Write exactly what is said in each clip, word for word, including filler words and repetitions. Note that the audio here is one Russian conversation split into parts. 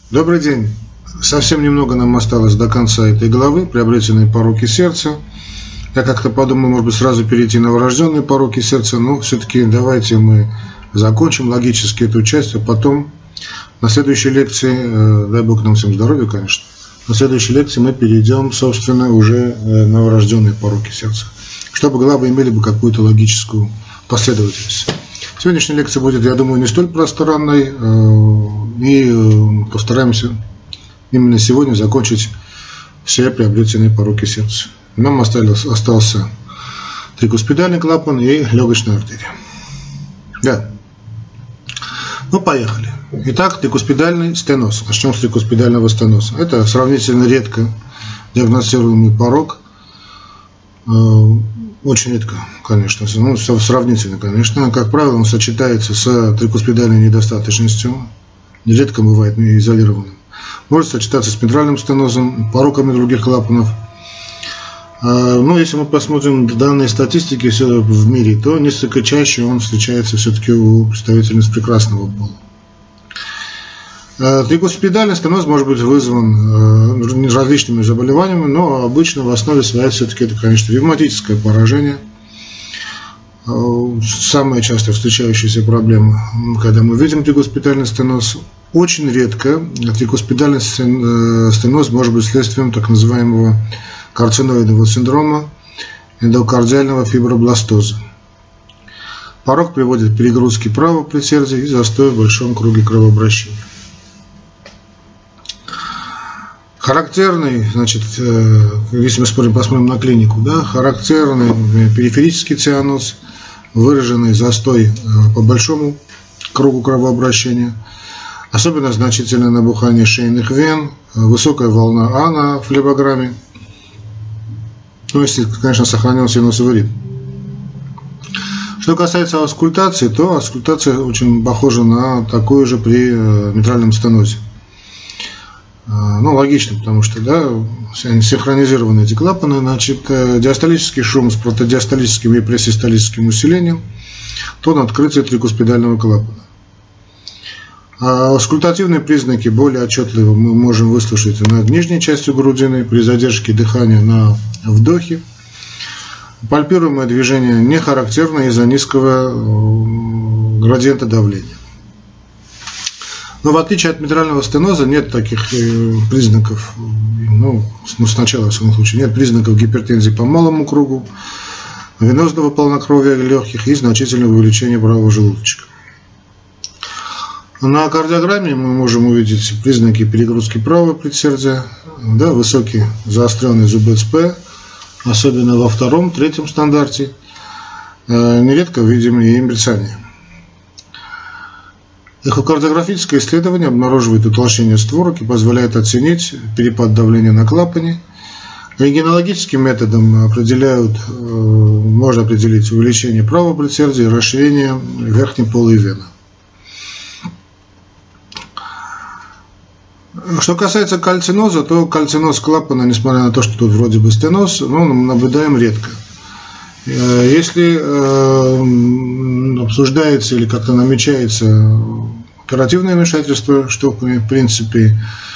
Добрый день. Совсем немного нам осталось до конца этой главы, приобретенные пороки сердца. Я как-то подумал, может быть, сразу перейти на врожденные пороки сердца, но все-таки давайте мы закончим логически эту часть, а потом на следующей лекции, дай Бог нам всем здоровья, конечно, на следующей лекции мы перейдем, собственно, уже на врожденные пороки сердца, чтобы главы имели бы какую-то логическую последовательность. Сегодняшняя лекция будет, я думаю, не столь пространной, и постараемся именно сегодня закончить все приобретенные пороки сердца. Нам осталось, остался трикуспидальный клапан и легочная артерия. Да. Ну, поехали. Итак, трикуспидальный стеноз. Начнем с трикуспидального стеноза. Это сравнительно редко диагностируемый порок. Очень редко, конечно. Ну, сравнительно, конечно. Как правило, он сочетается с трикуспидальной недостаточностью. Нередко бывает изолированным. Может сочетаться с митральным стенозом, пороками других клапанов. Но если мы посмотрим данные статистики в мире, то несколько чаще он встречается все-таки у представительниц прекрасного пола. Трикуспидальный стеноз может быть вызван различными заболеваниями, но обычно в основе своей все-таки это, конечно, ревматическое поражение. Самая часто встречающаяся проблема, когда мы видим трикуспидальный стеноз. Очень редко трикуспидальный стеноз может быть следствием так называемого карциноидного синдрома эндокардиального фибробластоза. Порок приводит к перегрузке правого предсердия и застою в большом круге кровообращения. Характерный, значит, если мы смотрим, посмотрим на клинику, да, характерный периферический цианоз, выраженный застой по большому кругу кровообращения, особенно значительное набухание шейных вен, высокая волна А на флебограмме, ну, если, конечно, сохранен синусовый ритм. Что касается аускультации, то аускультация очень похожа на такую же при митральном стенозе. Ну, логично, потому что, да, они синхронизированы, эти клапаны. Значит, диастолический шум с протодиастолическим и пресистолическим усилением, то на открытие трикуспидального клапана. А аускультативные признаки более отчетливо мы можем выслушать над нижней частью грудины при задержке дыхания на вдохе. Пальпируемое движение не характерно из-за низкого градиента давления. Но в отличие от митрального стеноза нет таких признаков, ну, сначала, в самом случае, нет признаков гипертензии по малому кругу, венозного полнокровия легких и значительного увеличения правого желудочка. На кардиограмме мы можем увидеть признаки перегрузки правого предсердия, да, высокий заостренный ЗУБЦП, особенно во втором, третьем стандарте, нередко видим и мерцание. Эхокардиографическое исследование обнаруживает утолщение створок и позволяет оценить перепад давления на клапане. Рентгенологическим методом определяют, можно определить увеличение правого предсердия и расширение верхней полой вены. Что касается кальциноза, то кальциноз клапана, несмотря на то, что тут вроде бы стеноз, но мы наблюдаем редко. Если э, обсуждается или как-то намечается оперативное вмешательство, что в принципе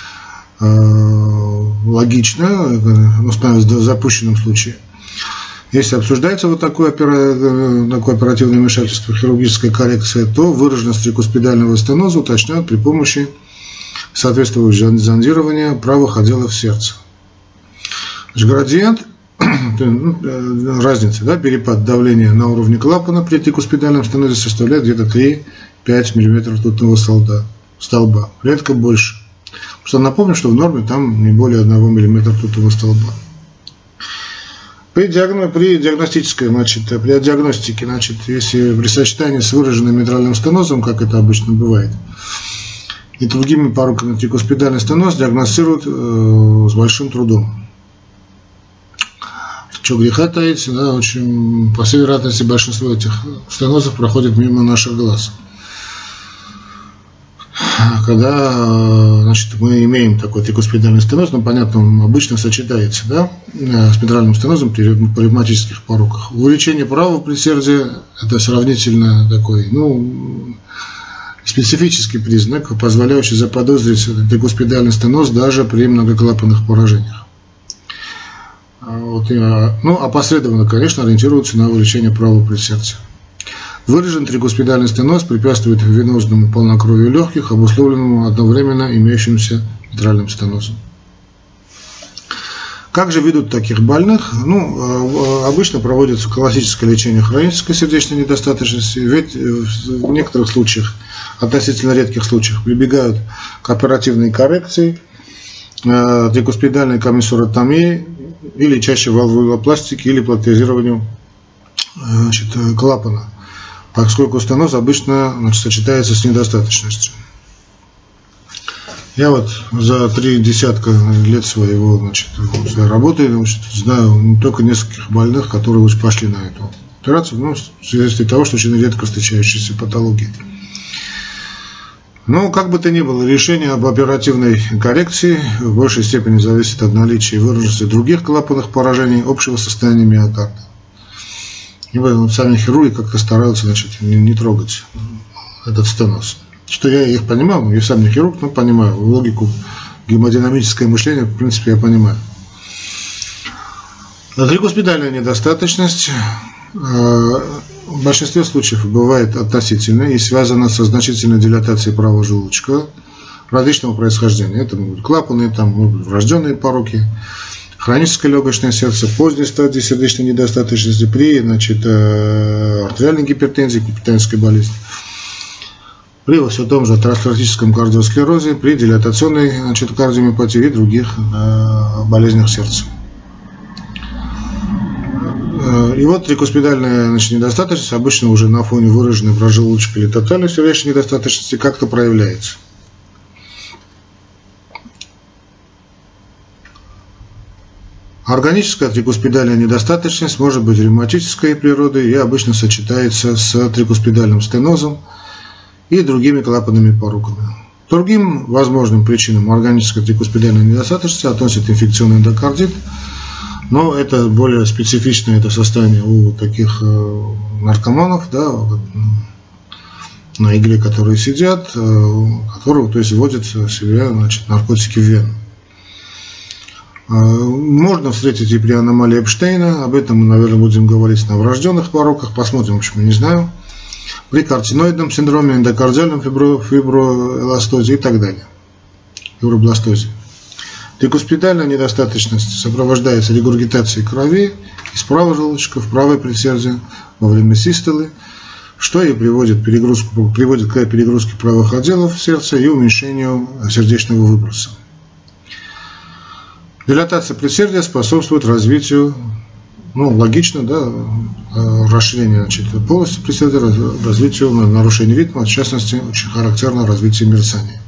э, логично, ну, в запущенном случае. Если обсуждается вот такое, такое оперативное вмешательство, хирургическая коррекция, то выраженность трикуспидального стеноза уточняют при помощи соответствующего зондирования правых отделов сердца. Градиент, разница, да, перепад давления на уровне клапана при трикуспидальном стенозе составляет где-то три-пять миллиметров ртутного столба, редко больше. Потому что напомню, что в норме там не более одного миллиметра ртутного столба. При, диагно, при диагностической, значит, при диагностике, значит, если при сочетании с выраженным митральным стенозом, как это обычно бывает, и другими пороками трикуспидальный стеноз диагностируют э, с большим трудом. Что греха таить, да, очень, по всей вероятности, большинство этих стенозов проходит мимо наших глаз. Когда, значит, мы имеем такой трикуспидальный стеноз, ну, понятно, он обычно сочетается, да, с митральным стенозом при ревматических пороках. Увеличение правого предсердия – это сравнительно такой, ну, специфический признак, позволяющий заподозрить трикуспидальный стеноз даже при многоклапанных поражениях. Вот, ну, опосредованно, конечно, ориентируются на увеличение правого предсердия. Выраженный трикуспидальный стеноз препятствует венозному полнокровию легких, обусловленному одновременно имеющимся митральным стенозом. Как же ведут таких больных? Ну, обычно проводится классическое лечение хронической сердечной недостаточности, ведь в некоторых случаях, относительно редких случаях, прибегают к оперативной коррекции, трикуспидальной комиссуротомии или чаще валвулопластике или протезированию, значит, клапана, поскольку стеноз обычно, значит, сочетается с недостаточностью. Я вот за три десятка лет своего, значит, своей работы, значит, знаю только нескольких больных, которые уже пошли на эту операцию, ну, вследствие того, что очень редко встречающиеся патологии. Но, как бы то ни было, решение об оперативной коррекции в большей степени зависит от наличия и выраженности других клапанных поражений общего состояния миокарда. И сами хирурги как-то стараются, значит, не, не трогать этот стеноз. Что я их понимаю, я сам не хирург, но понимаю логику, гемодинамическое мышление, в принципе, я понимаю. Трикуспидальная недостаточность в большинстве случаев бывает относительной и связана со значительной дилатацией правого желудочка различного происхождения. Это могут быть клапаны, там могут быть врожденные пороки, хроническое легочное сердце, поздней стадии сердечной недостаточности при, значит, артериальной гипертензии, гипертонической болезни, при все том же атеросклеротическом кардиосклерозе, при дилатационной, значит, кардиомиопатии и других э, болезнях сердца. И вот трикуспидальная, значит, недостаточность обычно уже на фоне выраженной вражелудочной или тотальной сердечной недостаточности как-то проявляется. Органическая трикуспидальная недостаточность может быть ревматической природы и обычно сочетается с трикуспидальным стенозом и другими клапанными пороками. К другим возможным причинам органической трикуспидальной недостаточности относят инфекционный эндокардит, но это более специфичное это состояние у таких наркоманов, да, на игле, которые сидят, которые, то есть, вводят в себя, значит, наркотики в вену. Можно встретить и при аномалии Эпштейна, об этом мы, наверное, будем говорить на врожденных пороках, посмотрим, почему не знаю. При картиноидном синдроме, эндокардиальном фибро, фиброэластозе и так далее, фибробластозе. Трикуспидальная недостаточность сопровождается регургитацией крови из правого желудочка в правое предсердие во время систолы, что и приводит, перегрузку, приводит к перегрузке правых отделов сердца и уменьшению сердечного выброса. Дилатация предсердия способствует развитию, ну, логично, да, расширению, значит, полости предсердия, развитию нарушений ритма, в частности, очень характерно развитие мерцания.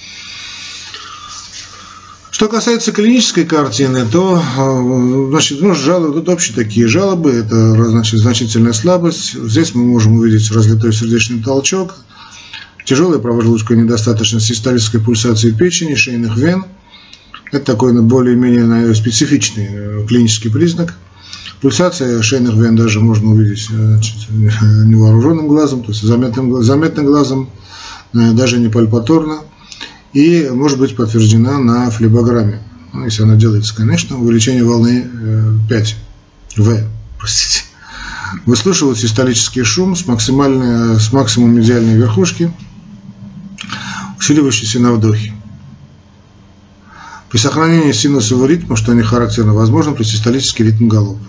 Что касается клинической картины, то, значит, ну, жалобы, тут общие такие жалобы, это, значит, значительная слабость. Здесь мы можем увидеть разлитой сердечный толчок, тяжелая правожелудочковая недостаточность систолической пульсации печени, шейных вен. Это такой более-менее специфичный клинический признак. Пульсация шейных вен даже можно увидеть, значит, невооруженным глазом, то есть заметным, заметным глазом, даже не пальпаторно. И может быть подтверждена на флебограмме, ну, если она делается, конечно, увеличение волны пять вэ, простите. Выслушивают систолический шум с, максимальной, с максимумом медиальной верхушки, усиливающийся на вдохе. При сохранении синусового ритма, что не характерно, возможно пресистолический ритм галопа.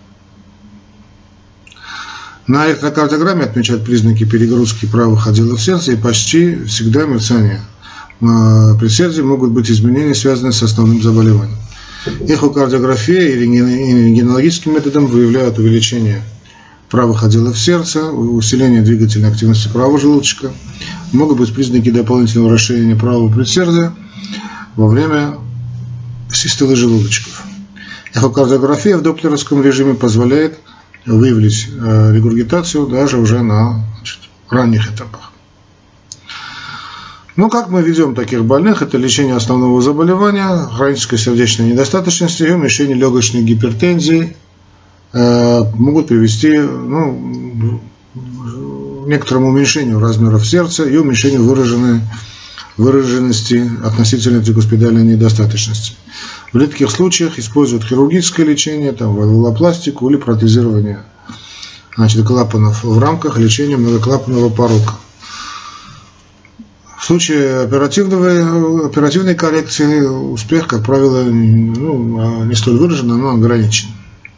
На электрокардиограмме отмечают признаки перегрузки правых отделов сердца и почти всегда мерцание. Предсердия могут быть изменения, связанные с основным заболеванием. Эхокардиография и рентгенологическим методом выявляют увеличение правых отделов сердца, усиление двигательной активности правого желудочка. Могут быть признаки дополнительного расширения правого предсердия во время систолы желудочков. Эхокардиография в доплеровском режиме позволяет выявить регургитацию даже уже на, значит, ранних этапах. Ну, как мы ведем таких больных? Это лечение основного заболевания, хронической сердечной недостаточности и уменьшение легочной гипертензии э, могут привести, ну, некоторому уменьшению размеров сердца и уменьшению выраженной, выраженности относительно трикуспидальной недостаточности. В редких случаях используют хирургическое лечение, там, валвулопластику или протезирование, значит, клапанов в рамках лечения многоклапанного порока. В случае оперативного, оперативной коррекции успех, как правило, ну, не столь выражен, но ограничен.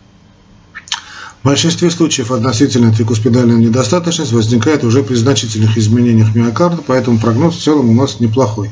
В большинстве случаев относительная трикуспидальная недостаточность возникает уже при значительных изменениях миокарда, поэтому прогноз в целом у нас неплохой.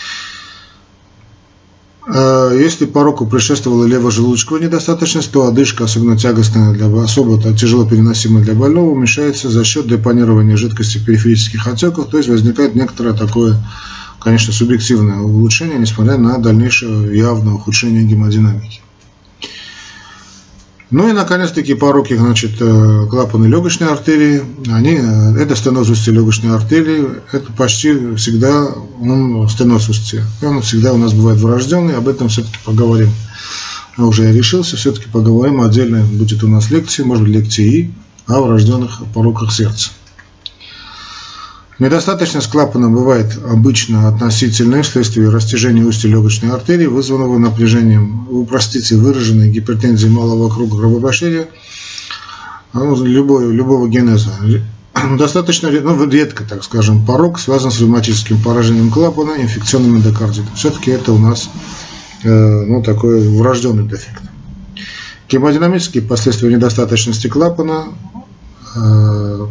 Если пороку предшествовала левожелудочковая недостаточность, то одышка, особенно тягостная, для, особо тяжело переносимая для больного, уменьшается за счет депонирования жидкости в периферических отсеках, то есть возникает некоторое такое, конечно, субъективное улучшение, несмотря на дальнейшее явное ухудшение гемодинамики. Ну и, наконец-таки, пороки, значит, клапаны легочной артерии, они, это стеноз устья легочной артерии, это почти всегда он, стеноз устья. Он всегда у нас бывает врожденный, об этом все-таки поговорим. А уже я решился, все-таки поговорим отдельно, будет у нас лекции, может быть, лекции И, о врожденных пороках сердца. Недостаточность клапана бывает обычно относительной вследствие растяжения устья легочной артерии, вызванного напряжением у простите выраженной гипертензии малого круга кровообращения, любого, любого генеза. Достаточно, ну, редко, так скажем, порок связан с ревматическим поражением клапана, инфекционным эндокардитом. Все-таки это у нас э, ну, такой врожденный дефект. Гемодинамические последствия недостаточности клапана э,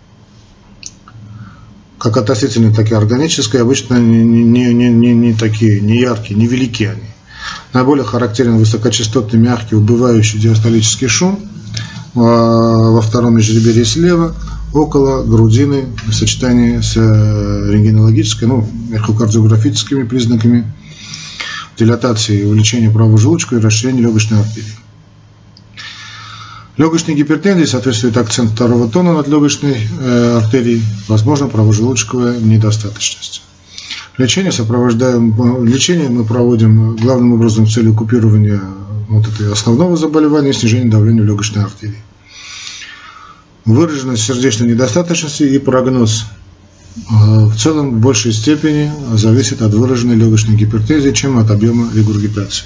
как относительно, так и органические, обычно не, не, не, не, не такие, не яркие, не велики они. Наиболее характерен высокочастотный, мягкий, убывающий диастолический шум во втором межреберье слева, около грудины, в сочетании с рентгенологической, ну, эхокардиографическими признаками дилатации и увеличения правого желудочка и расширения легочной артерии. Легочной гипертензии соответствует акцент второго тона над легочной э, артерией, возможно, правожелудочковая недостаточность. Лечение сопровождаем, лечение мы проводим главным образом с целью купирования вот этой основного заболевания и снижения давления в легочной артерии. Выраженность сердечной недостаточности и прогноз э, в целом в большей степени зависит от выраженной легочной гипертензии, чем от объема регургитации.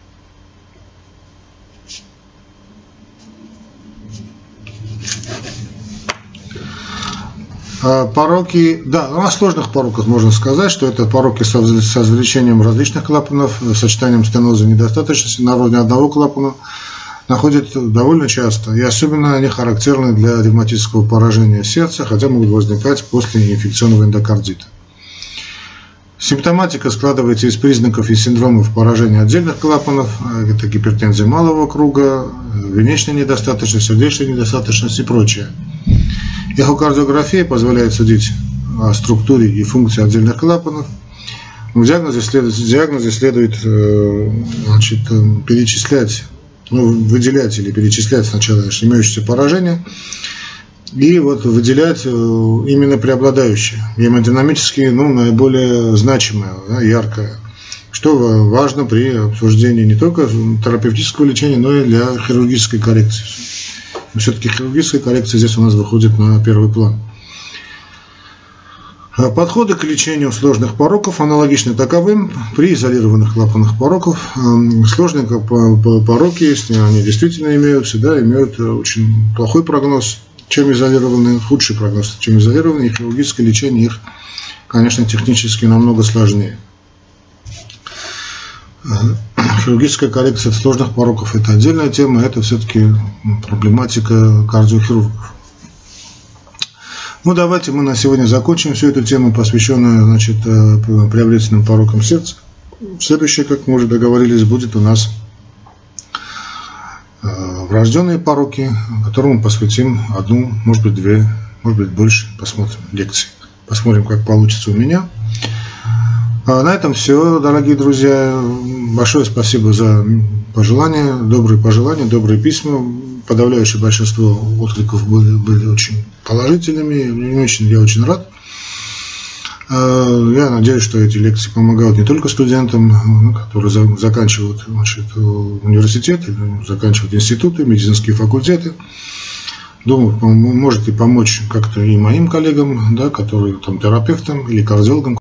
Пороки, да, о сложных пороках можно сказать, что это пороки со извлечением различных клапанов, сочетанием стеноза и недостаточности на уровне одного клапана находят довольно часто, и особенно они характерны для ревматического поражения сердца, хотя могут возникать после инфекционного эндокардита. Симптоматика складывается из признаков и синдромов поражения отдельных клапанов, это гипертензия малого круга, венечная недостаточность, сердечная недостаточность и прочее. Эхокардиография позволяет судить о структуре и функции отдельных клапанов. В диагнозе следует, в диагнозе следует значит, перечислять, ну, выделять или перечислять сначала имеющиеся поражения и вот выделять именно преобладающие, гемодинамически, ну, наиболее значимое, да, яркое, что важно при обсуждении не только терапевтического лечения, но и для хирургической коррекции. Все-таки хирургическая коррекция здесь у нас выходит на первый план. Подходы к лечению сложных пороков аналогичны таковым при изолированных клапанных пороков. Сложные пороки, если они действительно имеются, да, имеют очень плохой прогноз, чем изолированные, худший прогноз, чем изолированные, и хирургическое лечение их, конечно, технически намного сложнее. Хирургическая коррекция сложных пороков – это отдельная тема, это все-таки проблематика кардиохирургов. Ну, давайте мы на сегодня закончим всю эту тему, посвященную, значит, приобретенным порокам сердца. Следующее, как мы уже договорились, будет у нас врожденные пороки, которым мы посвятим одну, может быть, две, может быть, больше, посмотрим лекции. Посмотрим, как получится у меня. А на этом все, дорогие друзья. Большое спасибо за пожелания, добрые пожелания, добрые письма. Подавляющее большинство откликов были, были очень положительными. Очень, я очень рад. Я надеюсь, что эти лекции помогают не только студентам, которые заканчивают, значит, университеты, заканчивают институты, медицинские факультеты, думаю, вы можете помочь как-то и моим коллегам, да, которые там терапевтам или кардиологам.